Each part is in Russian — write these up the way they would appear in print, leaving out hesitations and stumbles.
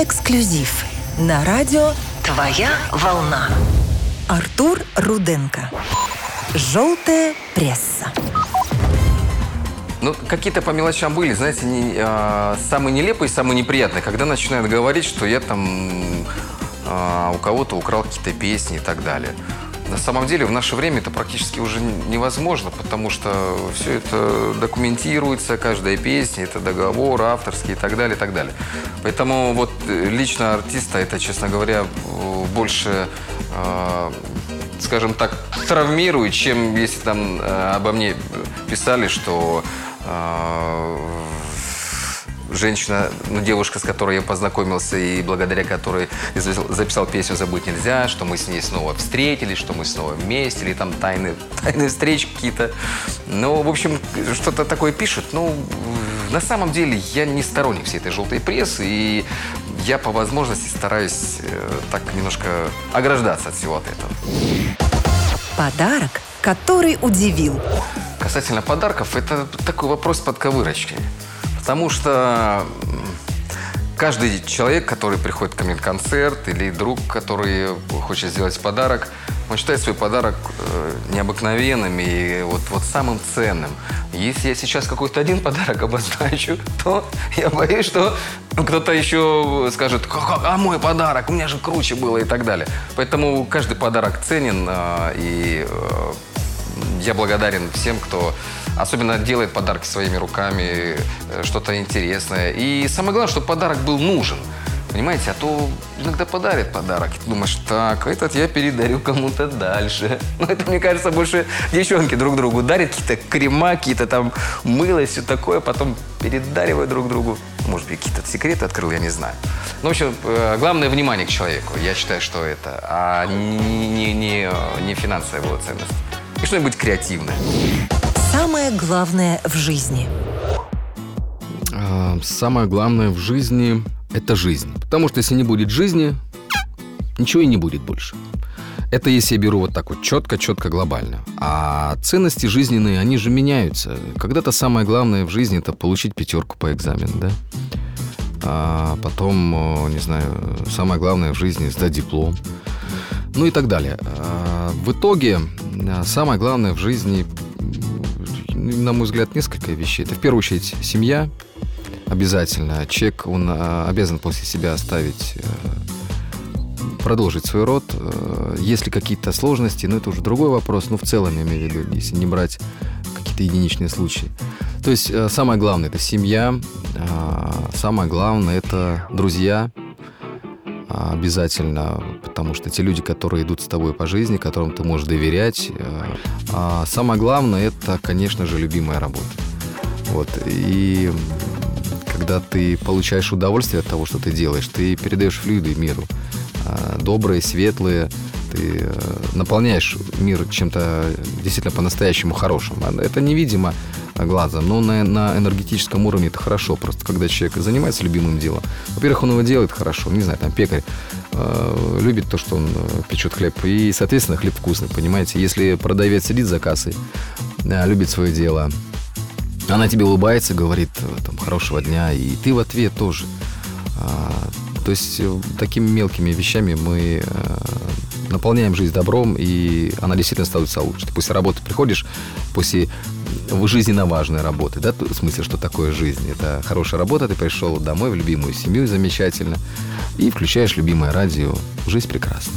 Эксклюзив на радио «Твоя волна». Артур Руденко. «Желтая пресса». Ну, какие-то по мелочам были, знаете, самые нелепые, самые неприятные, когда начинают говорить, что я там у кого-то украл какие-то песни и так далее. На самом деле, в наше время это практически уже невозможно, потому что все это документируется, каждая песня, это договор авторский и так далее, и так далее. Поэтому вот лично артиста это, честно говоря, больше, скажем так, травмирует, чем если там обо мне писали, что женщина, девушка, с которой я познакомился и благодаря которой записал песню «Забыть нельзя», что мы с ней снова встретились, что мы снова вместе, или там тайные встречи какие-то. Ну, в общем, что-то такое пишут. Ну, на самом деле, я не сторонник всей этой желтой прессы, и я по возможности стараюсь так немножко ограждаться от всего от этого. Подарок, который удивил. Касательно подарков, это такой вопрос под ковырочкой. Потому что каждый человек, который приходит ко мне на концерт, или друг, который хочет сделать подарок, он считает свой подарок необыкновенным и вот самым ценным. Если я сейчас какой-то один подарок обозначу, то я боюсь, что кто-то еще скажет: «А мой подарок, у меня же круче было» и так далее. Поэтому каждый подарок ценен, и я благодарен всем, кто особенно делает подарки своими руками, что-то интересное. И самое главное, чтобы подарок был нужен. Понимаете, а то иногда подарят подарок, и ты думаешь: так, этот я передарю кому-то дальше. Но это, мне кажется, больше девчонки друг другу дарят какие-то крема, какие-то там мыло и все такое, потом передаривают друг другу. Может быть, какие-то секреты открыл, я не знаю. Ну, в общем, главное — внимание к человеку. Я считаю, что это, а не финансовая его ценность. И что-нибудь креативное. Самое главное в жизни. Самое главное в жизни – это жизнь. Потому что если не будет жизни, ничего и не будет больше. Это если я беру вот так вот четко, глобально. А ценности жизненные, они же меняются. Когда-то самое главное в жизни – это получить 5 по экзамену, да? А потом, не знаю, самое главное в жизни – сдать диплом. Ну и так далее. В итоге самое главное в жизни, на мой взгляд, несколько вещей. Это в первую очередь семья. Обязательно. Человек, он обязан после себя оставить, продолжить свой род. Если какие-то сложности, это уже другой вопрос. Но в целом, я имею в виду, если не брать какие-то единичные случаи. То есть самое главное – это семья. Самое главное – это друзья. Обязательно, потому что те люди, которые идут с тобой по жизни, которым ты можешь доверять. А самое главное – это, конечно же, любимая работа. Вот. И когда ты получаешь удовольствие от того, что ты делаешь, ты передаешь флюиды миру. Добрые, светлые. Ты наполняешь мир чем-то действительно по-настоящему хорошим. Это невидимо глазом, но на энергетическом уровне это хорошо. Просто когда человек занимается любимым делом, во-первых, он его делает хорошо. Не знаю, там пекарь любит то, что он печет хлеб, и, соответственно, хлеб вкусный, понимаете. Если продавец сидит за кассой, любит свое дело, она тебе улыбается, говорит там: хорошего дня, и ты в ответ тоже. То есть такими мелкими вещами мы наполняем жизнь добром, и она действительно становится лучше. Ты после работы приходишь, после жизненно важной работы, да, в смысле, что такое жизнь? Это хорошая работа, ты пришел домой в любимую семью, замечательно, и включаешь любимое радио. Жизнь прекрасна.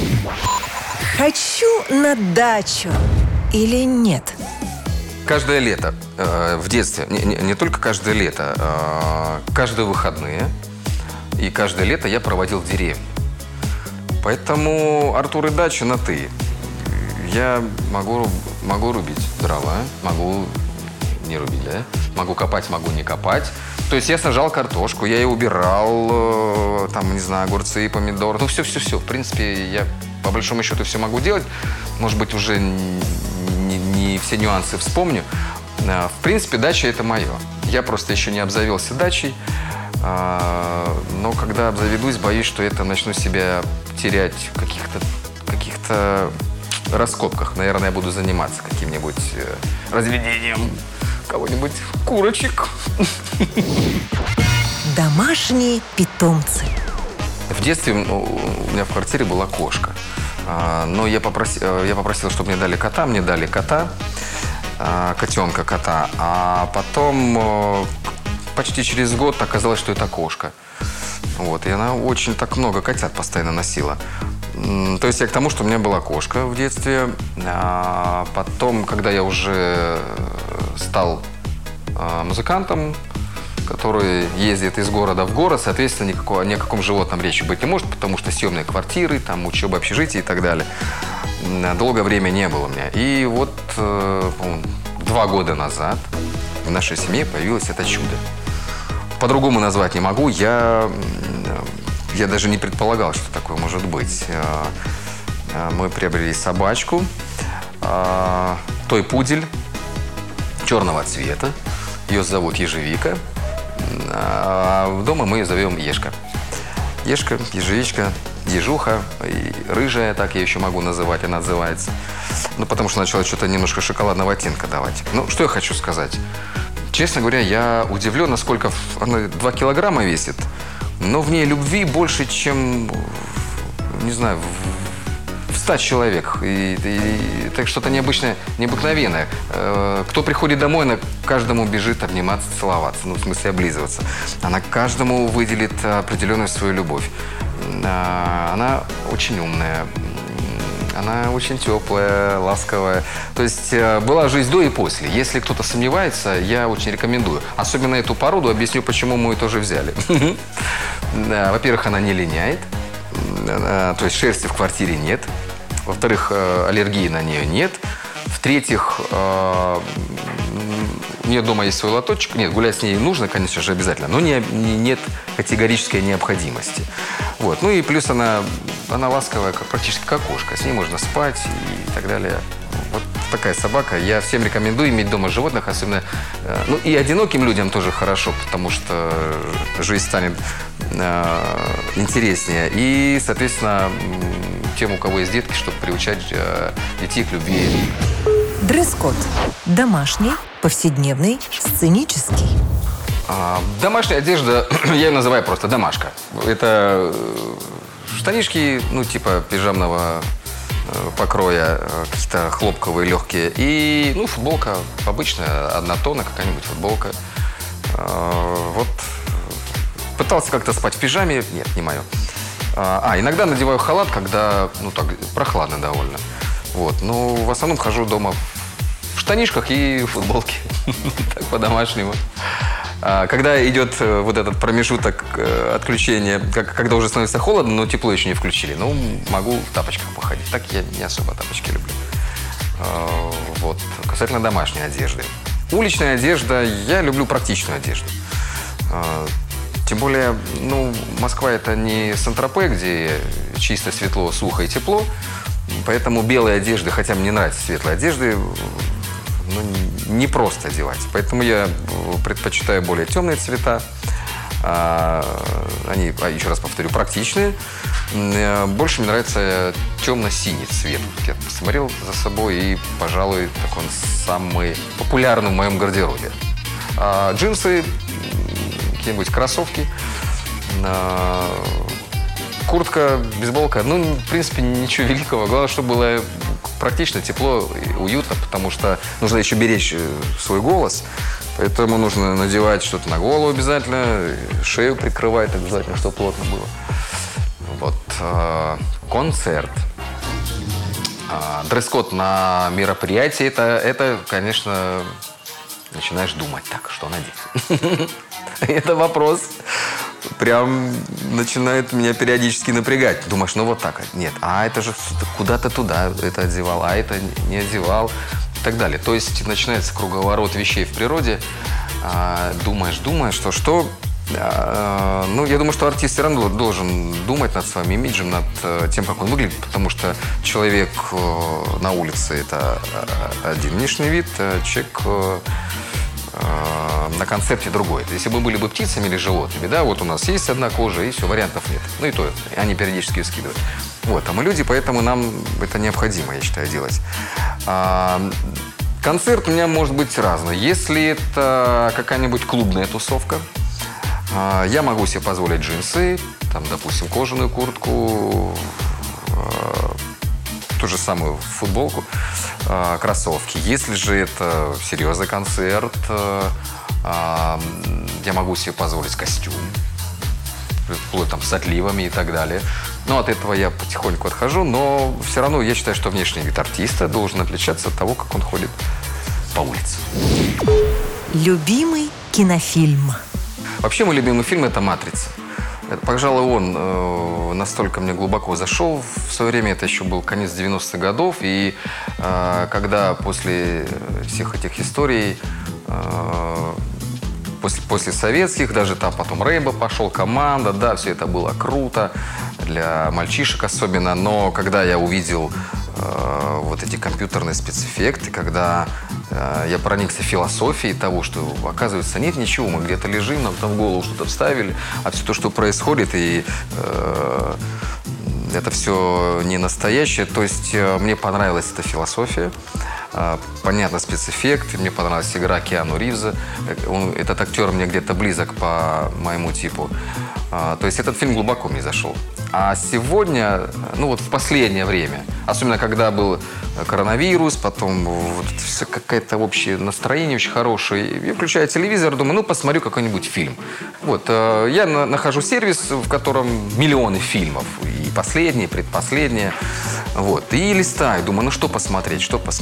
Хочу на дачу или нет? Каждое лето в детстве, не только каждое лето, каждые выходные и каждое лето я проводил в деревне. Поэтому, Артур, и дача на «ты». Я могу рубить дрова, могу не рубить, да? Могу копать, могу не копать. То есть я сажал картошку, я ее убирал, там, не знаю, огурцы, помидоры. Ну, все. В принципе, я по большому счету все могу делать. Может быть, уже не все нюансы вспомню. В принципе, дача – это мое. Я просто еще не обзавелся дачей. Но когда обзаведусь, боюсь, что это начну себя терять в каких-то раскопках. Наверное, я буду заниматься каким-нибудь разведением кого-нибудь курочек. Домашние питомцы. В детстве у меня в квартире была кошка. Но я попросил, чтобы мне дали кота. Мне дали кота, котенка, кота. А потом почти через год оказалось, что это кошка. Вот, и она очень так много котят постоянно носила. То есть я к тому, что у меня была кошка в детстве. А потом, когда я уже стал музыкантом, который ездит из города в город, соответственно, ни о каком животном речи быть не может, потому что съемные квартиры, там учеба, общежитие и так далее. Долгое время не было у меня. И вот 2 года назад в нашей семье появилось это чудо. По-другому назвать не могу. Я даже не предполагал, что такое может быть. Мы приобрели собачку, той-пудель, черного цвета. Ее зовут Ежевика. А дома мы ее зовем Ешка. Ешка, Ежевичка, Ежуха, и рыжая, так я еще могу называть, она отзывается. Ну, потому что начала что-то немножко шоколадного оттенка давать. Ну, что я хочу сказать. Честно говоря, я удивлен, насколько она 2 килограмма весит, но в ней любви больше, чем, не знаю, в 100 человек. И это что-то необычное, необыкновенное. Кто приходит домой, она каждому бежит обниматься, целоваться, ну, в смысле, облизываться. Она каждому выделит определенную свою любовь. Она очень умная. Она очень теплая, ласковая. То есть была жизнь до и после. Если кто-то сомневается, я очень рекомендую. Особенно эту породу, объясню, почему мы ее тоже взяли. Во-первых, она не линяет. То есть шерсти в квартире нет. Во-вторых, аллергии на нее нет. В-третьих, у нее дома есть свой лоточек. Нет, гулять с ней нужно, конечно же, обязательно, но нет категорической необходимости. Вот. Ну и плюс она ласковая, практически как кошка. С ней можно спать и так далее. Вот такая собака. Я всем рекомендую иметь дома животных, особенно... Ну и одиноким людям тоже хорошо, потому что жизнь станет интереснее. И, соответственно, тем, у кого есть детки, чтобы приучать детей к любви. Дресс-код. Домашний, повседневный, сценический. Домашняя одежда, я ее называю просто домашка. Это штанишки, ну, типа пижамного покроя, какие-то хлопковые, легкие. И, ну, футболка обычная, однотонная какая-нибудь футболка. Вот. Пытался как-то спать в пижаме. Нет, не мое. Иногда надеваю халат, когда, ну, так, прохладно довольно. Вот. Но в основном хожу дома в штанишках и футболке. Так, по-домашнему. Когда идет вот этот промежуток отключения, когда уже становится холодно, но тепло еще не включили, ну, могу в тапочках походить. Так я не особо тапочки люблю. Вот. Касательно домашней одежды. Уличная одежда, я люблю практичную одежду. Тем более, ну, Москва – это не Сан-Тропе, где чисто, светло, сухо и тепло. Поэтому белые одежды, хотя мне нравятся светлые одежды, ну, не просто одевать. Поэтому я предпочитаю более темные цвета. Они, еще раз повторю, практичные. Больше мне нравится темно-синий цвет. Я посмотрел за собой, и, пожалуй, так он самый популярный в моем гардеробе. Джинсы, какие-нибудь кроссовки, куртка, бейсболка. Ну, в принципе, ничего великого. Главное, чтобы было практично, тепло, уютно, потому что нужно еще беречь свой голос. Поэтому нужно надевать что-то на голову обязательно, шею прикрывать обязательно, чтобы плотно было. Вот. Концерт. Дресс-код на мероприятии, это, конечно, начинаешь думать, так, что надеть. Это вопрос прям начинает меня периодически напрягать. Думаешь, ну вот так. Нет, это же куда-то туда это одевал, а это не одевал и так далее. То есть начинается круговорот вещей в природе. Думаешь, что. Ну, я думаю, что артист все равно должен думать над своим имиджем, над тем, как он выглядит, потому что человек на улице – это один внешний вид, человек на концерте другой. Если бы мы были бы птицами или животными, да, вот у нас есть одна кожа, и все, вариантов нет. Ну и то, они периодически ее скидывают. Вот, а мы люди, поэтому нам это необходимо, я считаю, делать. Концерт у меня может быть разный. Если это какая-нибудь клубная тусовка, Я могу себе позволить джинсы, там, допустим, кожаную куртку, ту же самую футболку, кроссовки. Если же это серьезный концерт, я могу себе позволить костюм, вплоть там с отливами и так далее. Но от этого я потихоньку отхожу, но все равно я считаю, что внешний вид артиста должен отличаться от того, как он ходит по улице. Любимый кинофильм. Вообще мой любимый фильм – это «Матрица». Пожалуй, он настолько мне глубоко зашел. В свое время это еще был конец 90-х годов. И когда после всех этих историй, после советских, даже там потом Рэмбо пошел, «Команда», да, все это было круто, для мальчишек особенно. Но когда я увидел вот эти компьютерные спецэффекты, когда я проникся философией того, что, оказывается, нет ничего, мы где-то лежим, нам там в голову что-то вставили, а все то, что происходит, и это все не настоящее. То есть мне понравилась эта философия, понятно, спецэффект, мне понравилась игра Киану Ривза. Этот актер мне где-то близок по моему типу. То есть этот фильм глубоко мне зашел. А сегодня, ну вот в последнее время, особенно когда был коронавирус, потом вот все какое-то общее настроение очень хорошее, я включаю телевизор, думаю, ну посмотрю какой-нибудь фильм. Вот, я нахожу сервис, в котором миллионы фильмов, и последние, и предпоследние. Вот, и листаю, думаю, ну что посмотреть.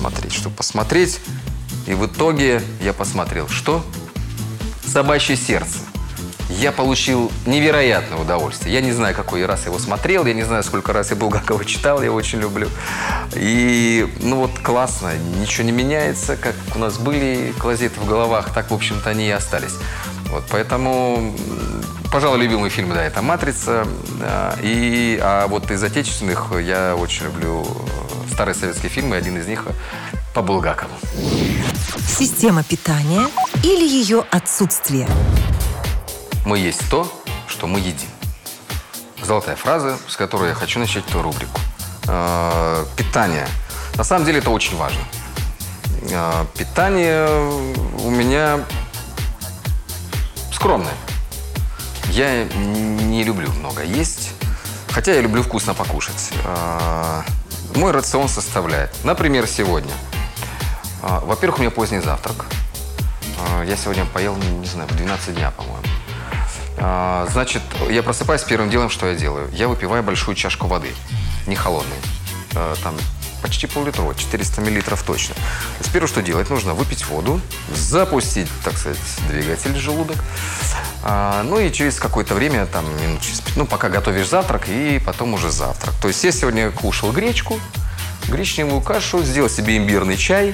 И в итоге я посмотрел, что? «Собачье сердце». Я получил невероятное удовольствие. Я не знаю, какой раз я его смотрел, я не знаю, сколько раз я Булгакова читал, я его очень люблю. И, ну вот, классно, ничего не меняется, как у нас были клозеты в головах, так, в общем-то, они и остались. Вот, поэтому, пожалуй, любимый фильм, да, это «Матрица». А вот из отечественных я очень люблю старые советские фильмы, один из них по Булгакову. Система питания или ее отсутствие? Мы есть то, что мы едим. Золотая фраза, с которой я хочу начать эту рубрику. Питание. На самом деле это очень важно. Питание у меня скромное. Я не люблю много есть, хотя я люблю вкусно покушать. Мой рацион составляет, например, сегодня. Во-первых, у меня поздний завтрак. Я сегодня поел, не знаю, в 12 дня, по-моему. Значит, я просыпаюсь, первым делом, что я делаю? Я выпиваю большую чашку воды, не холодной. Там почти пол-литровой, 400 миллилитров точно. То есть первое, что делать, нужно выпить воду, запустить, так сказать, двигатель в желудок. Ну и через какое-то время, там, минут через 5, ну, пока готовишь завтрак, и потом уже завтрак. То есть я сегодня кушал гречку, гречневую кашу, сделал себе имбирный чай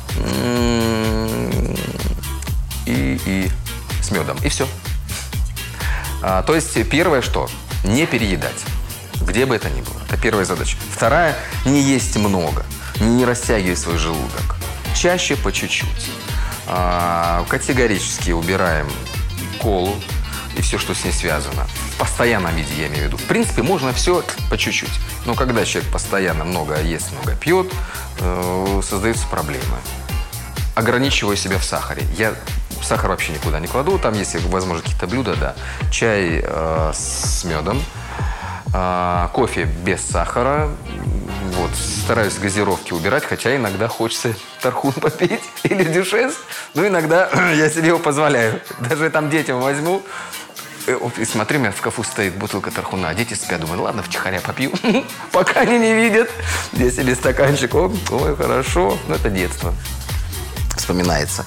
и с медом, и все. То есть первое что? Не переедать. Где бы это ни было. Это первая задача. Вторая – не есть много. Не растягивай свой желудок. Чаще по чуть-чуть. Категорически убираем колу и все, что с ней связано. В постоянном виде, я имею в виду. В принципе, можно все по чуть-чуть. Но когда человек постоянно много ест, много пьет, создаются проблемы. Ограничиваю себя в сахаре. Я сахар вообще никуда не кладу. Там есть, возможно, какие-то блюда, да. Чай с медом, кофе без сахара. Вот. Стараюсь газировки убирать, хотя иногда хочется тархун попить или дюшес. Но иногда я себе его позволяю. Даже там детям возьму. И смотри, у меня в шкафу стоит бутылка тархуна, а дети спят. Думаю, ладно, втихаря попью, пока они не видят. Я себе стаканчик, ой, хорошо. Ну, это детство. Вспоминается.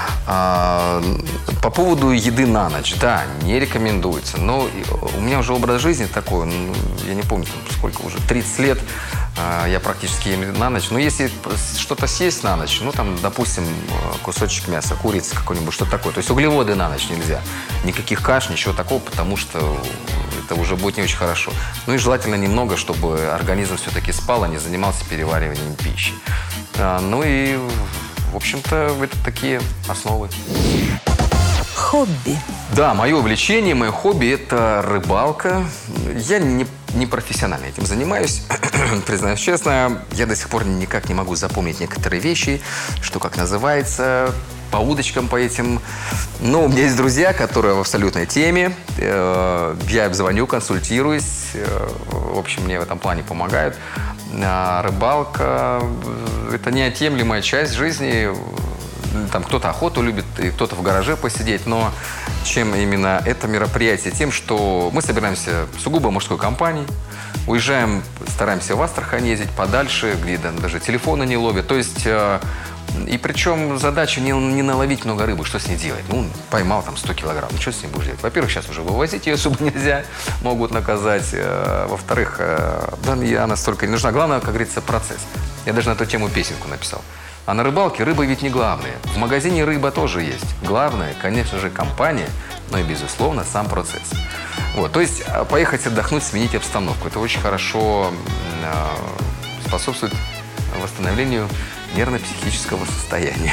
По поводу еды на ночь, да, не рекомендуется. Но у меня уже образ жизни такой, ну, я не помню, сколько уже, 30 лет я практически ем на ночь. Но если что-то съесть на ночь, ну, там, допустим, кусочек мяса, курицы какой-нибудь, что-то такое. То есть углеводы на ночь нельзя. Никаких каш, ничего такого, потому что это уже будет не очень хорошо. Ну и желательно немного, чтобы организм все-таки спал, а не занимался перевариванием пищи. Ну и... В общем-то, это такие основы. Хобби. Да, мое увлечение, мое хобби – это рыбалка. Я не профессионально этим занимаюсь, признаюсь честно. Я до сих пор никак не могу запомнить некоторые вещи, что как называется. по удочкам, по этим. Но у меня есть друзья, которые в абсолютной теме. Я им звоню, консультируюсь. В общем, мне в этом плане помогают. Рыбалка – это неотъемлемая часть жизни. Там кто-то охоту любит, и кто-то в гараже посидеть. Но чем именно это мероприятие? Тем, что мы собираемся сугубо мужской компанией. Уезжаем, стараемся в Астрахань ездить подальше, где даже телефоны не ловят. То есть, и причем задача не наловить много рыбы, что с ней делать? Ну, поймал там 100 килограмм, ну, что с ней будешь делать? Во-первых, сейчас уже вывозить ее особо нельзя, могут наказать. Во-вторых, да, она столько не нужна. Главное, как говорится, процесс. Я даже на эту тему песенку написал. А на рыбалке рыба ведь не главное. В магазине рыба тоже есть. Главное, конечно же, компания, но и, безусловно, сам процесс. Вот, то есть поехать отдохнуть, сменить обстановку. Это очень хорошо способствует восстановлению нервно-психического состояния.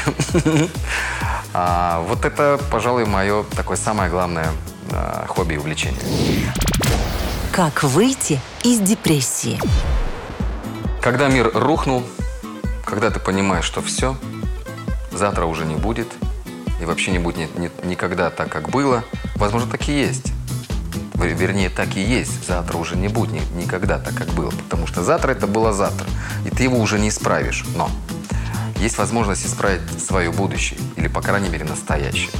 Вот это, пожалуй, мое такое самое главное хобби и увлечение. Как выйти из депрессии? Когда мир рухнул, когда ты понимаешь, что все, завтра уже не будет, и вообще не будет никогда так, как было, возможно, так и есть. Вернее, так и есть. Завтра уже не будет никогда так, как было. Потому что завтра это было завтра. И ты его уже не исправишь. Но есть возможность исправить свое будущее. Или, по крайней мере, настоящее.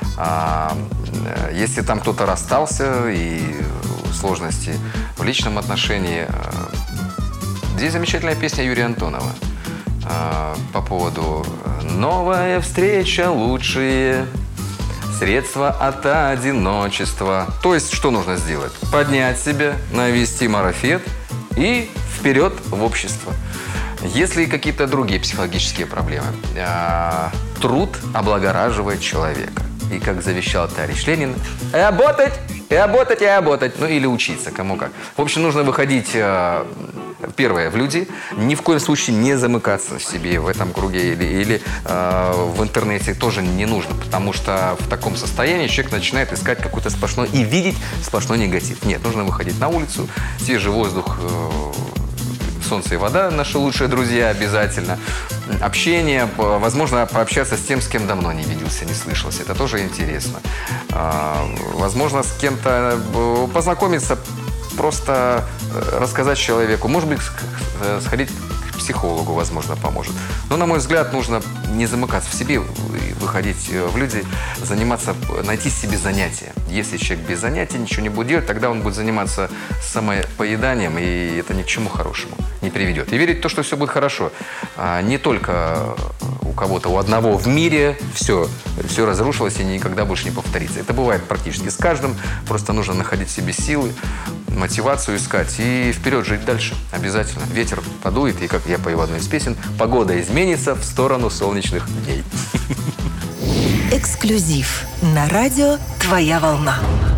Если там кто-то расстался и сложности в личном отношении, здесь замечательная песня Юрия Антонова по поводу «Новая встреча лучшие средства от одиночества». То есть, что нужно сделать? Поднять себя, навести марафет и вперед в общество. Если какие-то другие психологические проблемы, труд облагораживает человека. И как завещал товарищ Ленин, работать, и работать, и работать. Ну или учиться, кому как. В общем, нужно выходить, первое, в люди. Ни в коем случае не замыкаться в себе в этом круге или в интернете тоже не нужно. Потому что в таком состоянии человек начинает искать какой-то сплошной и видеть сплошной негатив. Нет, нужно выходить на улицу, свежий воздух, солнце и вода, наши лучшие друзья обязательно. Общение, возможно, пообщаться с тем, с кем давно не виделся, не слышался. Это тоже интересно. Возможно, с кем-то познакомиться, просто рассказать человеку. Может быть, сходить к психологу, возможно, поможет. Но, на мой взгляд, нужно не замыкаться в себе, выходить в люди, заниматься, найти себе занятия. Если человек без занятий ничего не будет делать, тогда он будет заниматься самопоеданием, и это ни к чему хорошему не приведет. И верить в то, что все будет хорошо. Не только у кого-то, у одного в мире все разрушилось и никогда больше не повторится. Это бывает практически с каждым. Просто нужно находить в себе силы, мотивацию искать и вперед жить дальше. Обязательно. Ветер подует, и, как я пою в одной из песен, погода изменится в сторону солнечных дней. Эксклюзив на радио «Твоя волна».